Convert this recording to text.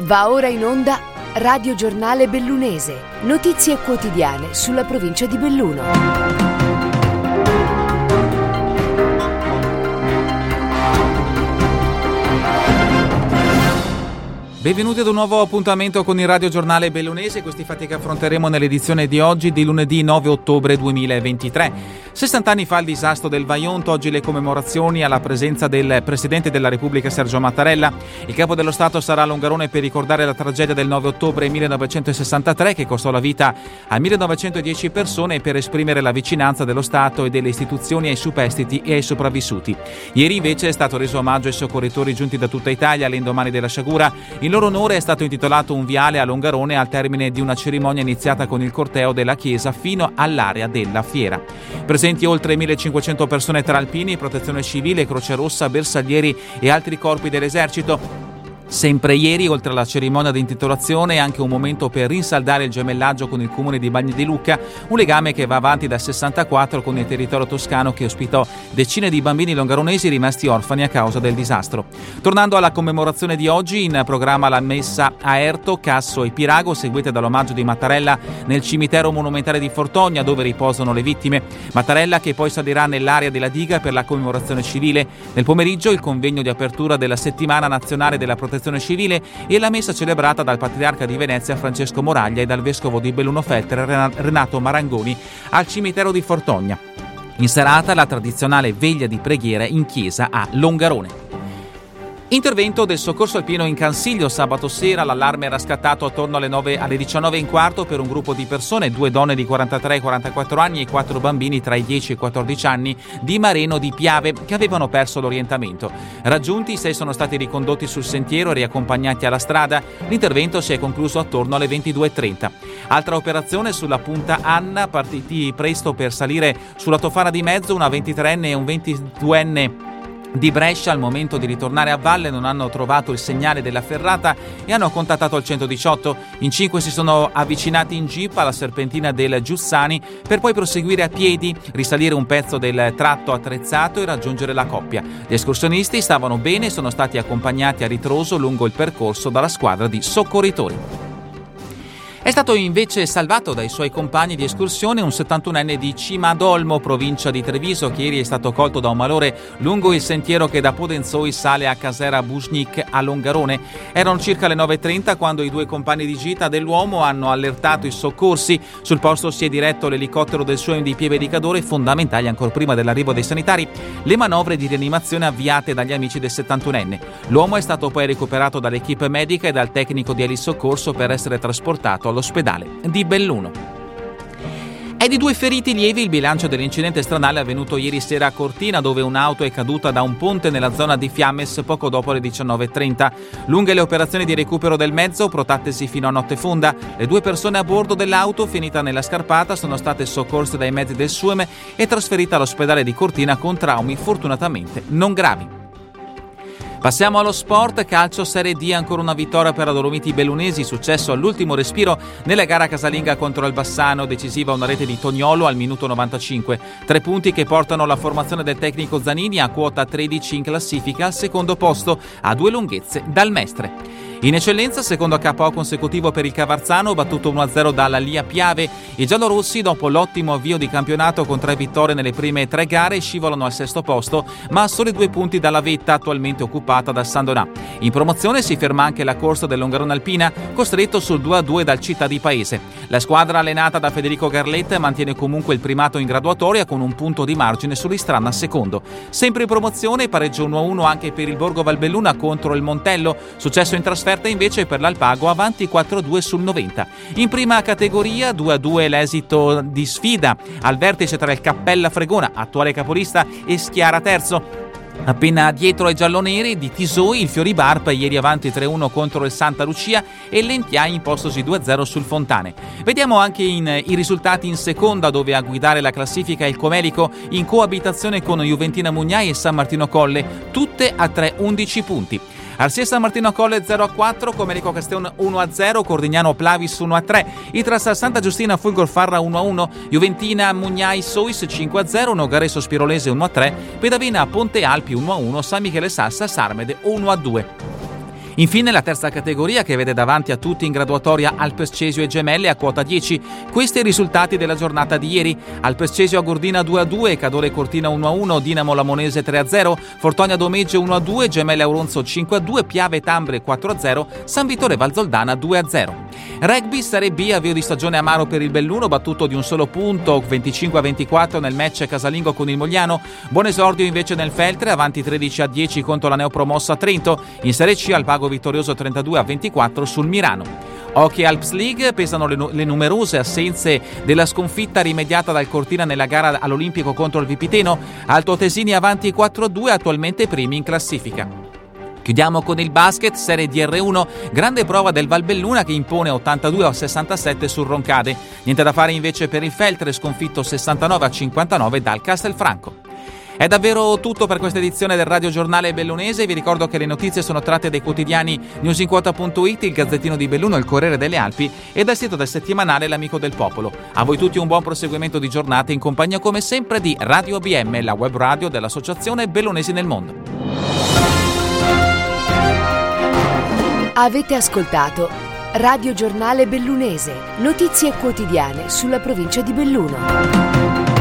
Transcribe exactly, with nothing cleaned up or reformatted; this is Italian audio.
Va ora in onda Radio Giornale Bellunese, notizie quotidiane sulla provincia di Belluno. Benvenuti ad un nuovo appuntamento con il Radio Giornale Bellunese, questi fatti che affronteremo nell'edizione di oggi di lunedì nove ottobre duemilaventitré. sessanta anni fa il disastro del Vajont, oggi le commemorazioni alla presenza del Presidente della Repubblica Sergio Mattarella. Il Capo dello Stato sarà a Longarone per ricordare la tragedia del nove ottobre millenovecentosessantatré che costò la vita a millenovecentodieci persone e per esprimere la vicinanza dello Stato e delle istituzioni ai superstiti e ai sopravvissuti. Ieri invece è stato reso omaggio ai soccorritori giunti da tutta Italia all'indomani della sciagura. In loro onore è stato intitolato un viale a Longarone al termine di una cerimonia iniziata con il corteo della chiesa fino all'area della fiera. Presenti oltre millecinquecento persone tra alpini, protezione civile, Croce Rossa, bersaglieri e altri corpi dell'esercito. Sempre ieri, oltre alla cerimonia di intitolazione, anche un momento per rinsaldare il gemellaggio con il comune di Bagni di Lucca, un legame che va avanti dal sessantaquattro con il territorio toscano che ospitò decine di bambini longaronesi rimasti orfani a causa del disastro. Tornando alla commemorazione di oggi, in programma la messa a Erto, Casso e Pirago, seguite dall'omaggio di Mattarella nel cimitero monumentale di Fortogna, dove riposano le vittime. Mattarella che poi salirà nell'area della diga per la commemorazione civile. Nel pomeriggio il convegno di apertura della settimana nazionale della protezione civile e la messa celebrata dal patriarca di Venezia Francesco Moraglia e dal vescovo di Belluno Feltre Renato Marangoni al cimitero di Fortogna. In serata la tradizionale veglia di preghiera in chiesa a Longarone. Intervento del soccorso alpino in Cansiglio sabato sera. L'allarme era scattato attorno alle, nove, alle diciannove e un quarto per un gruppo di persone, due donne di quarantatré e quarantaquattro anni e quattro bambini tra i dieci e i quattordici anni di Mareno di Piave che avevano perso l'orientamento. Raggiunti, i sei sono stati ricondotti sul sentiero e riaccompagnati alla strada. L'intervento si è concluso attorno alle ventidue e trenta. Altra operazione sulla punta Anna, partiti presto per salire sulla Tofana di Mezzo, una ventitreenne e un ventiduenne di Brescia al momento di ritornare a valle non hanno trovato il segnale della ferrata e hanno contattato il centodiciotto. In cinque si sono avvicinati in jeep alla serpentina del Giussani per poi proseguire a piedi, risalire un pezzo del tratto attrezzato e raggiungere la coppia. Gli escursionisti stavano bene e sono stati accompagnati a ritroso lungo il percorso dalla squadra di soccorritori. È stato invece salvato dai suoi compagni di escursione un settantunenne di Cimadolmo, provincia di Treviso, che ieri è stato colto da un malore lungo il sentiero che da Podenzoi sale a Casera Busnik a Longarone. Erano circa le nove e trenta quando i due compagni di gita dell'uomo hanno allertato i soccorsi. Sul posto si è diretto l'elicottero del Suem di Pieve di Cadore, fondamentali ancora prima dell'arrivo dei sanitari le manovre di rianimazione avviate dagli amici del settantunenne. L'uomo è stato poi recuperato dall'equipe medica e dal tecnico di elisoccorso per essere trasportato all'ospedale di Belluno. È di due feriti lievi il bilancio dell'incidente stradale avvenuto ieri sera a Cortina, dove un'auto è caduta da un ponte nella zona di Fiammes poco dopo le diciannove e trenta. Lunghe le operazioni di recupero del mezzo, protrattesi fino a notte fonda. Le due persone a bordo dell'auto, finita nella scarpata, sono state soccorse dai mezzi del Suem e trasferite all'ospedale di Cortina con traumi fortunatamente non gravi. Passiamo allo sport, calcio Serie D, ancora una vittoria per la Dolomiti Bellunesi, successo all'ultimo respiro nella gara casalinga contro il Bassano, decisiva una rete di Toniolo al minuto novantacinque. Tre punti che portano la formazione del tecnico Zanini a quota tredici in classifica, al secondo posto a due lunghezze dal Mestre. In eccellenza, secondo K O consecutivo per il Cavarzano, battuto uno a zero dalla Lia Piave. I giallorossi, dopo l'ottimo avvio di campionato con tre vittorie nelle prime tre gare, scivolano al sesto posto, ma a soli due punti dalla vetta attualmente occupata dal San Donà. In promozione si ferma anche la corsa dell'Ongarone Alpina, costretto sul due a due dal Città di Paese. La squadra allenata da Federico Garletta mantiene comunque il primato in graduatoria con un punto di margine sull'Istrana secondo. Sempre in promozione, pareggio uno a uno anche per il Borgo Valbelluna contro il Montello, successo in trasferta invece per l'Alpago, avanti quattro a due sul noventa. In prima categoria due a due l'esito di sfida al vertice tra il Cappella Fregona, attuale capolista, e Schiara terzo. Appena dietro ai gialloneri di Tisoi il Fioribarpa ieri avanti tre a uno contro il Santa Lucia e l'Entia impostosi due a zero sul Fontane. Vediamo anche in, i risultati in seconda, dove a guidare la classifica è il Comelico in coabitazione con Juventina Mugnai e San Martino Colle, tutte a tre undici punti. Arsia San Martino Colle zero a quattro, Comelico Castellon uno a zero, Cordignano Plavis uno a tre, Itras Santa Giustina Fulgor Farra uno a uno, Juventina Mugnai Sois cinque a zero, Nogaresso Spirolese uno a tre, Pedavina Ponte Alpi uno a uno, San Michele Sassa Sarmede uno a due. Infine la terza categoria, che vede davanti a tutti in graduatoria Alpes Cesio e Gemelle a quota dieci. Questi i risultati della giornata di ieri: Alpes Cesio a Gordina due a due, Cadore Cortina uno a uno, Dinamo Lamonese tre a zero, Fortonia Domegge uno a due, Gemelle Auronzo cinque a due, Piave Tambre quattro a zero, San Vittore Valzoldana due a zero. Rugby Serie B, avvio di stagione amaro per il Belluno, battuto di un solo punto venticinque a ventiquattro nel match casalingo con il Mogliano. Buon esordio invece nel Feltre, avanti tredici a dieci contro la neopromossa Trento. In Serie C Alpago vittorioso trentadue a ventiquattro sul Mirano. Hockey Alps League, pesano le, nu- le numerose assenze della sconfitta rimediata dal Cortina nella gara all'Olimpico contro il Vipiteno. Altoatesini avanti quattro a due, attualmente primi in classifica. Chiudiamo con il basket, Serie D R uno, grande prova del Valbelluna che impone ottantadue a sessantasette sul Roncade. Niente da fare invece per il Feltre, sconfitto sessantanove a cinquantanove dal Castelfranco. È davvero tutto per questa edizione del Radio Giornale Bellunese. Vi ricordo che le notizie sono tratte dai quotidiani newsinquota punto it, il Gazzettino di Belluno, il Corriere delle Alpi e dal sito del settimanale L'Amico del Popolo. A voi tutti un buon proseguimento di giornata in compagnia come sempre di Radio B M, la web radio dell'Associazione Bellunesi nel Mondo. Avete ascoltato Radio Giornale Bellunese, notizie quotidiane sulla provincia di Belluno.